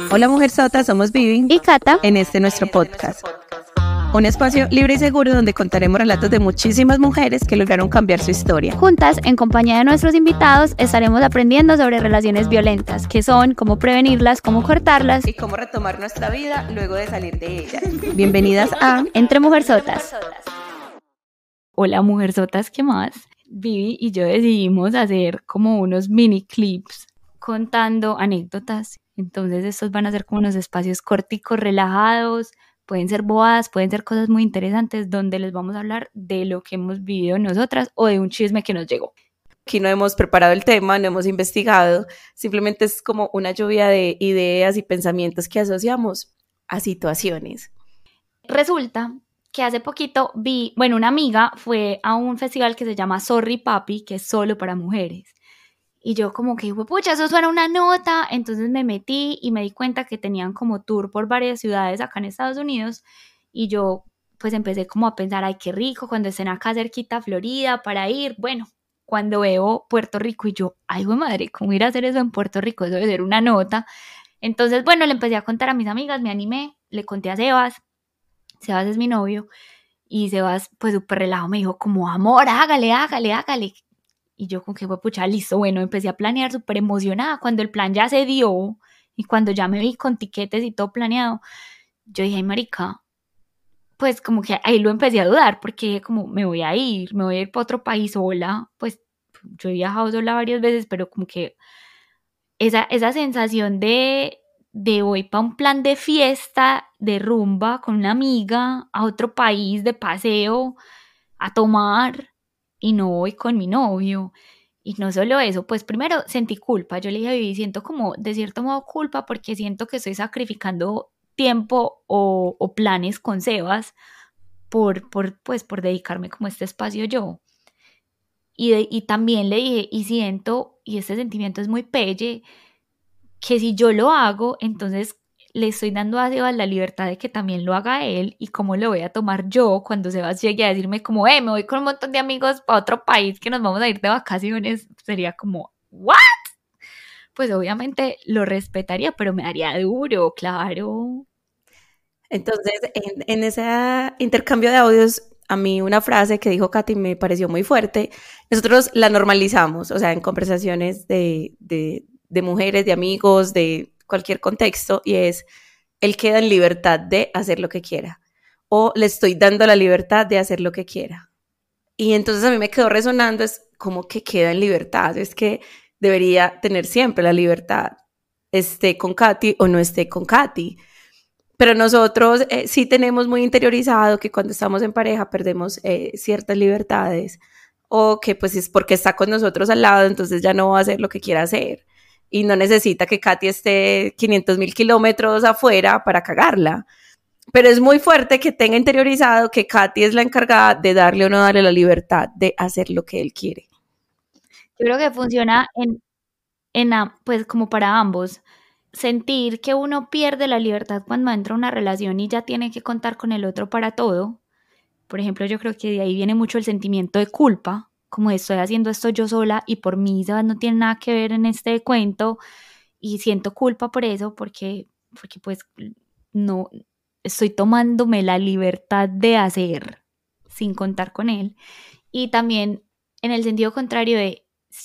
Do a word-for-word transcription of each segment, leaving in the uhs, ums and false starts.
Hola mujerzotas, somos Vivi y Cata en este nuestro podcast. Un espacio libre y seguro donde contaremos relatos de muchísimas mujeres que lograron cambiar su historia. Juntas, en compañía de nuestros invitados, estaremos aprendiendo sobre relaciones violentas, qué son, cómo prevenirlas, cómo cortarlas y cómo retomar nuestra vida luego de salir de ellas. Bienvenidas a Entre Mujerzotas. Hola mujerzotas, ¿qué más? Vivi y yo decidimos hacer como unos mini clips contando anécdotas. Entonces estos van a ser como unos espacios corticos, relajados. Pueden ser bobadas, pueden ser cosas muy interesantes donde les vamos a hablar de lo que hemos vivido nosotras o de un chisme que nos llegó. Aquí no hemos preparado el tema, no hemos investigado, simplemente es como una lluvia de ideas y pensamientos que asociamos a situaciones. Resulta que hace poquito vi, bueno, una amiga fue a un festival que se llama Sorry Papi, que es solo para mujeres. Y yo como que, pucha, eso suena una nota. Entonces me metí y me di cuenta que tenían como tour por varias ciudades acá en Estados Unidos. Y yo pues empecé como a pensar, ay, qué rico, cuando estén acá cerquita Florida para ir. Bueno, cuando veo Puerto Rico y yo, ay, güey madre, ¿cómo ir a hacer eso en Puerto Rico? Eso debe ser una nota. Entonces, bueno, le empecé a contar a mis amigas, me animé, le conté a Sebas. Sebas es mi novio. Y Sebas, pues súper relajado, me dijo como, amor, hágale, hágale, hágale. Y yo con que fue pucha, listo, bueno, empecé a planear súper emocionada. Cuando el plan ya se dio y cuando ya me vi con tiquetes y todo planeado, yo dije, ay, marica, pues como que ahí lo empecé a dudar porque como me voy a ir, me voy a ir para otro país sola. Pues yo he viajado sola varias veces, pero como que esa, esa sensación de, de voy para un plan de fiesta, de rumba con una amiga, a otro país de paseo, a tomar, y no voy con mi novio. Y no solo eso, pues primero sentí culpa. Yo le dije a Vivi, siento como de cierto modo culpa porque siento que estoy sacrificando tiempo o, o planes con Sebas por, por, pues, por dedicarme como a este espacio yo. Y, de, y también le dije, y siento, y este sentimiento es muy pelle, que si yo lo hago, entonces le estoy dando a Sebas la libertad de que también lo haga él. Y cómo lo voy a tomar yo cuando Sebas llegue a decirme como, eh, me voy con un montón de amigos para otro país que nos vamos a ir de vacaciones. Sería como, ¿what? Pues obviamente lo respetaría, pero me daría duro, claro. Entonces, en, en ese intercambio de audios, a mí una frase que dijo Katy me pareció muy fuerte. Nosotros la normalizamos, o sea, en conversaciones de, de, de mujeres, de amigos, de cualquier contexto, y es, él queda en libertad de hacer lo que quiera, o le estoy dando la libertad de hacer lo que quiera. Y entonces a mí me quedó resonando, es como que queda en libertad, es que debería tener siempre la libertad, esté con Katy o no esté con Katy. Pero nosotros eh, sí tenemos muy interiorizado que cuando estamos en pareja perdemos eh, ciertas libertades, o que pues es porque está con nosotros al lado, entonces ya no va a hacer lo que quiera hacer y no necesita que Katy esté quinientos mil kilómetros afuera para cagarla. Pero es muy fuerte que tenga interiorizado que Katy es la encargada de darle o no darle la libertad de hacer lo que él quiere. Yo creo que funciona en, en pues como para ambos. Sentir que uno pierde la libertad cuando entra a una relación y ya tiene que contar con el otro para todo. Por ejemplo, yo creo que de ahí viene mucho el sentimiento de culpa, como estoy haciendo esto yo sola y por mí Sebas no tiene nada que ver en este cuento y siento culpa por eso porque, porque pues no estoy tomándome la libertad de hacer sin contar con él. Y también en el sentido contrario de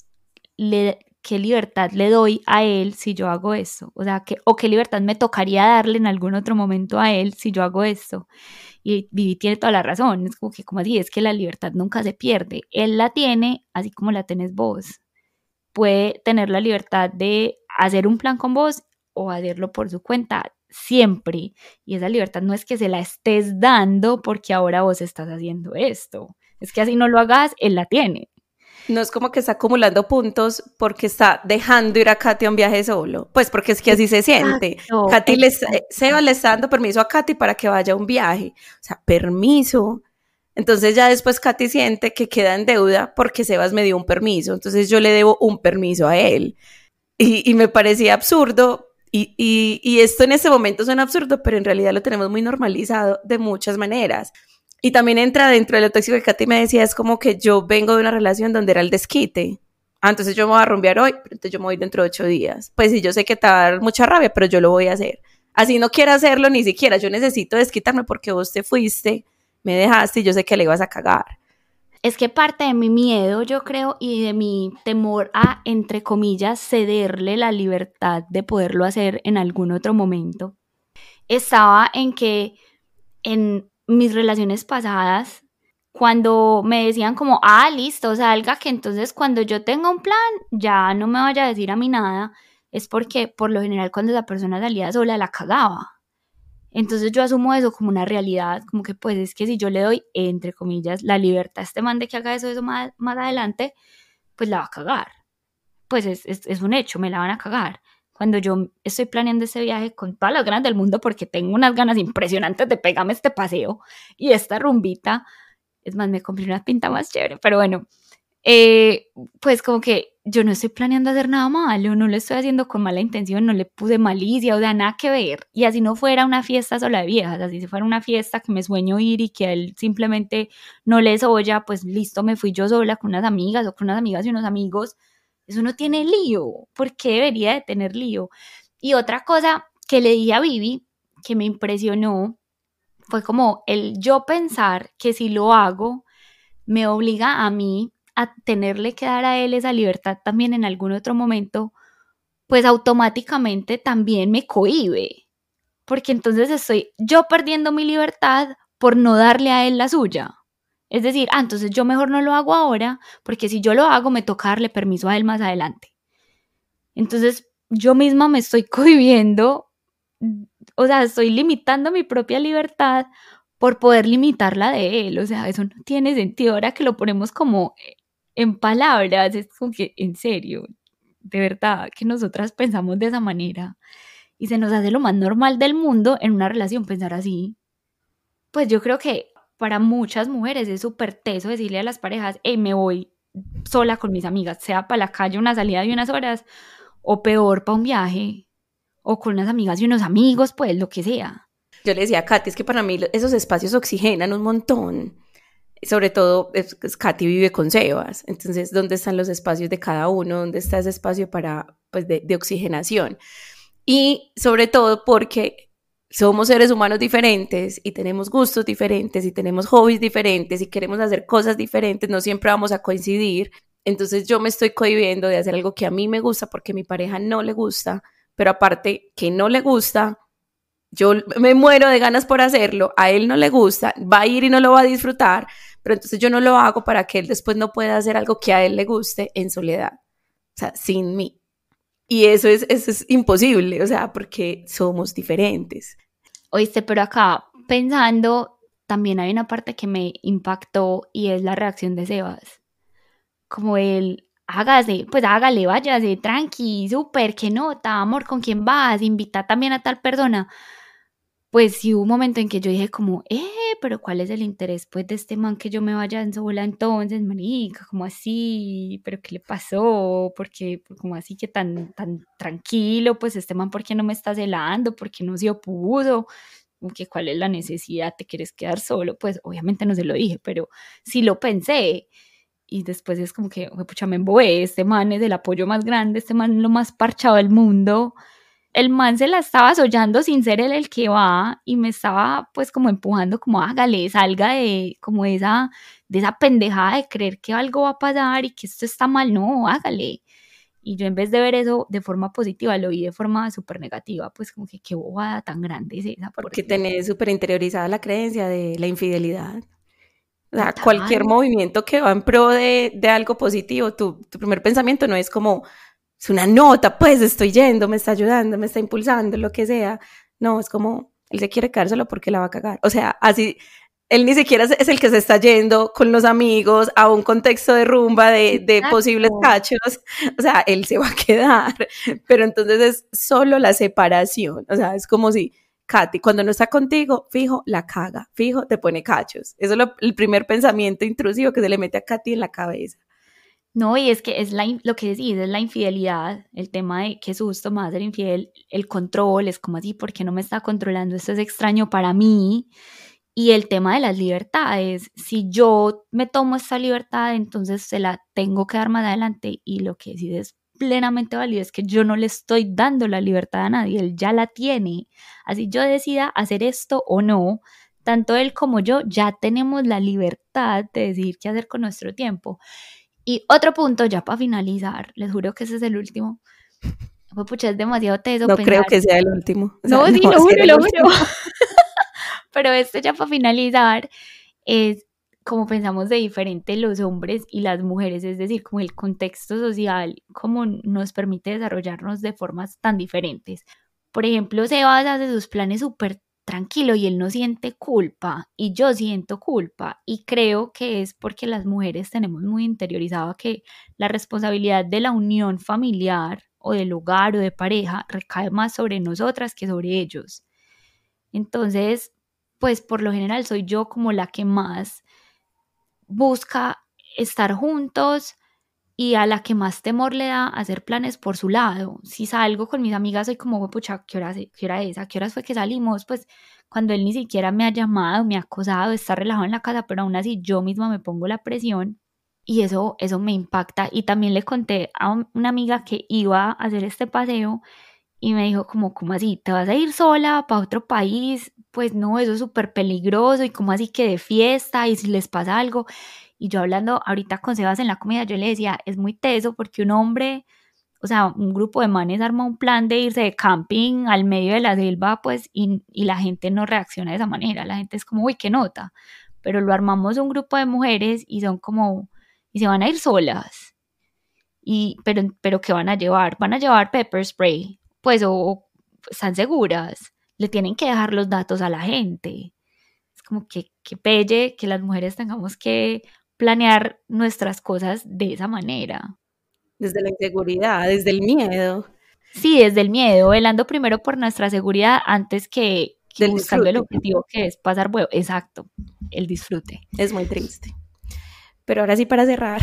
le, qué libertad le doy a él si yo hago esto, o sea, que, o qué libertad me tocaría darle en algún otro momento a él si yo hago esto. Y Vivi tiene toda la razón, es como que, como así, es que la libertad nunca se pierde, él la tiene así como la tenés vos. Puede tener la libertad de hacer un plan con vos o hacerlo por su cuenta siempre, y esa libertad no es que se la estés dando porque ahora vos estás haciendo esto, es que así no lo hagas, él la tiene. No es como que está acumulando puntos porque está dejando ir a Katy a un viaje solo. Pues porque es que así se siente. Exacto, Katy le, Seba le está dando permiso a Katy para que vaya a un viaje. O sea, permiso. Entonces ya después Katy siente que queda en deuda porque Sebas me dio un permiso. Entonces yo le debo un permiso a él. Y, y me parecía absurdo. Y, y, y esto en ese momento suena absurdo, pero en realidad lo tenemos muy normalizado de muchas maneras. Y también entra dentro de lo tóxico que Katy me decía, es como que yo vengo de una relación donde era el desquite. Ah, entonces yo me voy a rumbear hoy, pero entonces yo me voy dentro de ocho días. Pues sí, yo sé que te va a dar mucha rabia, pero yo lo voy a hacer. Así no quiero hacerlo ni siquiera, yo necesito desquitarme porque vos te fuiste, me dejaste y yo sé que le ibas a cagar. Es que parte de mi miedo, yo creo, y de mi temor a, entre comillas, cederle la libertad de poderlo hacer en algún otro momento, estaba en que en mis relaciones pasadas, cuando me decían como, ah, listo, salga, que entonces cuando yo tenga un plan, ya no me vaya a decir a mí nada, es porque por lo general cuando esa persona salía sola la cagaba. Entonces yo asumo eso como una realidad, como que pues es que si yo le doy, entre comillas, la libertad a este man de que haga eso, eso más, más adelante, pues la va a cagar. Pues es, es, es un hecho, me la van a cagar. Cuando yo estoy planeando ese viaje con todas las ganas del mundo, porque tengo unas ganas impresionantes de pegarme este paseo y esta rumbita, es más, me compré una pinta más chévere, pero bueno, eh, pues como que yo no estoy planeando hacer nada malo, no lo estoy haciendo con mala intención, no le puse malicia, o sea, nada que ver. Y así no fuera una fiesta sola de viejas, así si fuera una fiesta que me sueño ir y que a él simplemente no les oya, pues listo, me fui yo sola con unas amigas o con unas amigas y unos amigos. Eso no tiene lío. ¿Por qué debería de tener lío? Y otra cosa que le dije a Vivi, que me impresionó, fue como el yo pensar que si lo hago, me obliga a mí a tenerle que dar a él esa libertad también en algún otro momento, pues automáticamente también me cohíbe. Porque entonces estoy yo perdiendo mi libertad por no darle a él la suya. Es decir, ah, entonces yo mejor no lo hago ahora, porque si yo lo hago me toca darle permiso a él más adelante. Entonces yo misma me estoy cohibiendo, o sea, estoy limitando mi propia libertad por poder limitar la de él. O sea, eso no tiene sentido. Ahora que lo ponemos como en palabras, es como que, en serio, de verdad, que nosotras pensamos de esa manera y se nos hace lo más normal del mundo en una relación pensar así. Pues yo creo que para muchas mujeres es súper teso decirle a las parejas, hey, me voy sola con mis amigas, sea para la calle una salida de unas horas, o peor, para un viaje, o con unas amigas y unos amigos, pues, lo que sea. Yo le decía a Katy, es que para mí esos espacios oxigenan un montón. Sobre todo, es, es, Katy vive con Sebas, entonces, ¿dónde están los espacios de cada uno? ¿Dónde está ese espacio para, pues, de, de oxigenación? Y sobre todo porque somos seres humanos diferentes y tenemos gustos diferentes y tenemos hobbies diferentes y queremos hacer cosas diferentes, no siempre vamos a coincidir. Entonces yo me estoy cohibiendo de hacer algo que a mí me gusta porque a mi pareja no le gusta, pero aparte que no le gusta, yo me muero de ganas por hacerlo, a él no le gusta, va a ir y no lo va a disfrutar, pero entonces yo no lo hago para que él después no pueda hacer algo que a él le guste en soledad, o sea, sin mí. Y eso es, eso es imposible, o sea, porque somos diferentes. Oíste, pero acá pensando, también hay una parte que me impactó y es la reacción de Sebas. Como él, hágase, pues hágale, váyase, tranqui, súper, qué nota, amor, ¿con quién vas? Invita también a tal persona. Pues sí hubo un momento en que yo dije como, eh, pero ¿cuál es el interés pues de este man que yo me vaya en sola entonces, marica? ¿Cómo así? ¿Pero qué le pasó? ¿Por qué? ¿Cómo así que tan, tan tranquilo? Pues este man, ¿por qué no me está celando? ¿Por qué no se opuso? Que ¿cuál es la necesidad? ¿Te quieres quedar solo? Pues obviamente no se lo dije, pero sí lo pensé. Y después es como que, pucha, me embobé, este man es el apoyo más grande, este man es lo más parchado del mundo. El man se la estaba soñando sin ser él el que va y me estaba pues como empujando como hágale, salga de como esa, de esa pendejada de creer que algo va a pasar y que esto está mal, no, hágale. Y yo en vez de ver eso de forma positiva, lo vi de forma súper negativa, pues como que qué bobada tan grande es esa. Porque tenés súper interiorizada la creencia de la infidelidad. O sea, Total. cualquier movimiento que va en pro de, de algo positivo, tu, tu primer pensamiento no es como, es una nota, pues estoy yendo, me está ayudando, me está impulsando, lo que sea. No, es como, él se quiere quedar solo porque la va a cagar. O sea, así, él ni siquiera es el que se está yendo con los amigos a un contexto de rumba de, de posibles cachos. O sea, él se va a quedar. Pero entonces es solo la separación. O sea, es como si Katy, cuando no está contigo, fijo, la caga, fijo, te pone cachos. Eso es lo, el primer pensamiento intrusivo que se le mete a Katy en la cabeza. No, y es que es la, lo que decís, es la infidelidad, el tema de qué susto me va a ser infiel, el control, es como así, ¿por qué no me está controlando? Esto es extraño para mí. Y el tema de las libertades, si yo me tomo esta libertad, entonces se la tengo que dar más adelante, y lo que sí es plenamente válido es que yo no le estoy dando la libertad a nadie, él ya la tiene. Así yo decida hacer esto o no, tanto él como yo ya tenemos la libertad de decidir qué hacer con nuestro tiempo. Y otro punto, ya para finalizar, les juro que ese es el último. Pues pucha, es demasiado teso No pensar. creo que sea el último. O sea, No, sí, va a lo ser juro, el lo último. juro. Pero esto ya para finalizar es como pensamos de diferente los hombres y las mujeres, es decir, como el contexto social, como nos permite desarrollarnos de formas tan diferentes. Por ejemplo, Sebas hace sus planes súper tranquilo y él no siente culpa, y yo siento culpa, y creo que es porque las mujeres tenemos muy interiorizado que la responsabilidad de la unión familiar o del hogar o de pareja recae más sobre nosotras que sobre ellos. Entonces, pues por lo general soy yo como la que más busca estar juntos y a la que más temor le da hacer planes por su lado. Si salgo con mis amigas soy como, pucha, ¿qué hora, ¿qué hora es? ¿A qué horas fue que salimos? Pues cuando él ni siquiera me ha llamado, me ha acosado, está relajado en la casa, pero aún así yo misma me pongo la presión, y eso, eso me impacta. Y también le conté a una amiga que iba a hacer este paseo y me dijo como, ¿cómo así? ¿Te vas a ir sola para otro país? Pues no, eso es súper peligroso, y como así que de fiesta, y si les pasa algo. Y yo hablando ahorita con Sebas en la comida, yo le decía, es muy teso porque un hombre, o sea, un grupo de manes arma un plan de irse de camping al medio de la selva, pues, y, y la gente no reacciona de esa manera. La gente es como, uy, qué nota. Pero lo armamos un grupo de mujeres y son como, y se van a ir solas. Y, pero, pero ¿qué van a llevar? Van a llevar pepper spray, pues, o, o están seguras. Le tienen que dejar los datos a la gente. Es como que, que pelle que las mujeres tengamos que planear nuestras cosas de esa manera. Desde la inseguridad, desde el miedo. Sí, desde el miedo, velando primero por nuestra seguridad antes que, que Del buscando disfrute. el objetivo, que es pasar huevo. Exacto, el disfrute. Es muy triste. Pero ahora sí, para cerrar.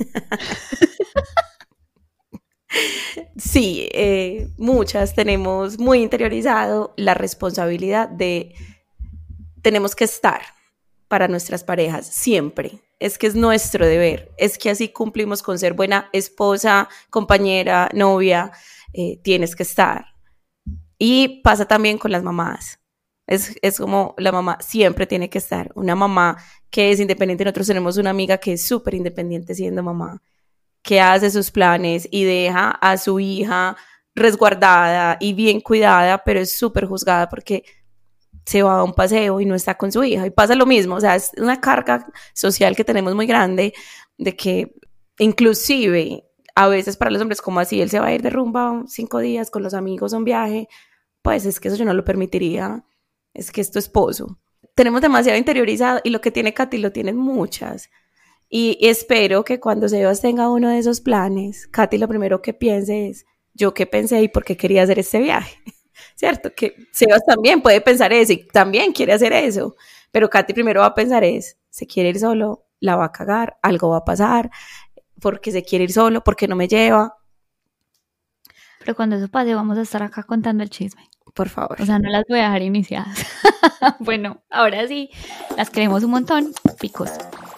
Sí, eh, muchas tenemos muy interiorizado la responsabilidad de tenemos que estar para nuestras parejas siempre. Es que es nuestro deber, es que así cumplimos con ser buena esposa, compañera, novia, eh, tienes que estar. Y pasa también con las mamás. Es, es como la mamá siempre tiene que estar. Una mamá que es independiente. Nosotros tenemos una amiga que es súper independiente siendo mamá, que hace sus planes y deja a su hija resguardada y bien cuidada, pero es súper juzgada porque se va a un paseo y no está con su hija. Y pasa lo mismo, o sea, es una carga social que tenemos muy grande de que inclusive a veces para los hombres, como así, él se va a ir de rumba cinco días con los amigos a un viaje, pues es que eso yo no lo permitiría, es que es tu esposo. Tenemos demasiado interiorizado, y lo que tiene Katy lo tienen muchas. Y espero que cuando Sebas tenga uno de esos planes, Katy lo primero que piense es, yo qué pensé y por qué quería hacer este viaje. ¿Cierto? Que Sebas también puede pensar eso y también quiere hacer eso, pero Katy primero va a pensar es, se quiere ir solo, la va a cagar, algo va a pasar, porque se quiere ir solo, porque no me lleva. Pero cuando eso pase vamos a estar acá contando el chisme. Por favor. O sea, no las voy a dejar iniciadas. Bueno, ahora sí, las queremos un montón, picos.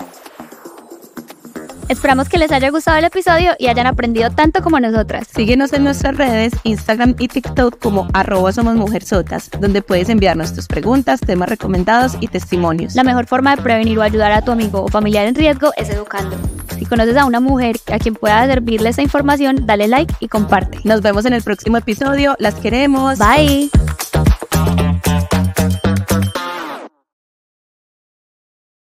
Esperamos que les haya gustado el episodio y hayan aprendido tanto como nosotras. Síguenos en nuestras redes, Instagram y TikTok como arroba somos mujerzotas, donde puedes enviarnos tus preguntas, temas recomendados y testimonios. La mejor forma de prevenir o ayudar a tu amigo o familiar en riesgo es educando. Si conoces a una mujer a quien pueda servirle esta información, dale like y comparte. Nos vemos en el próximo episodio. Las queremos. Bye.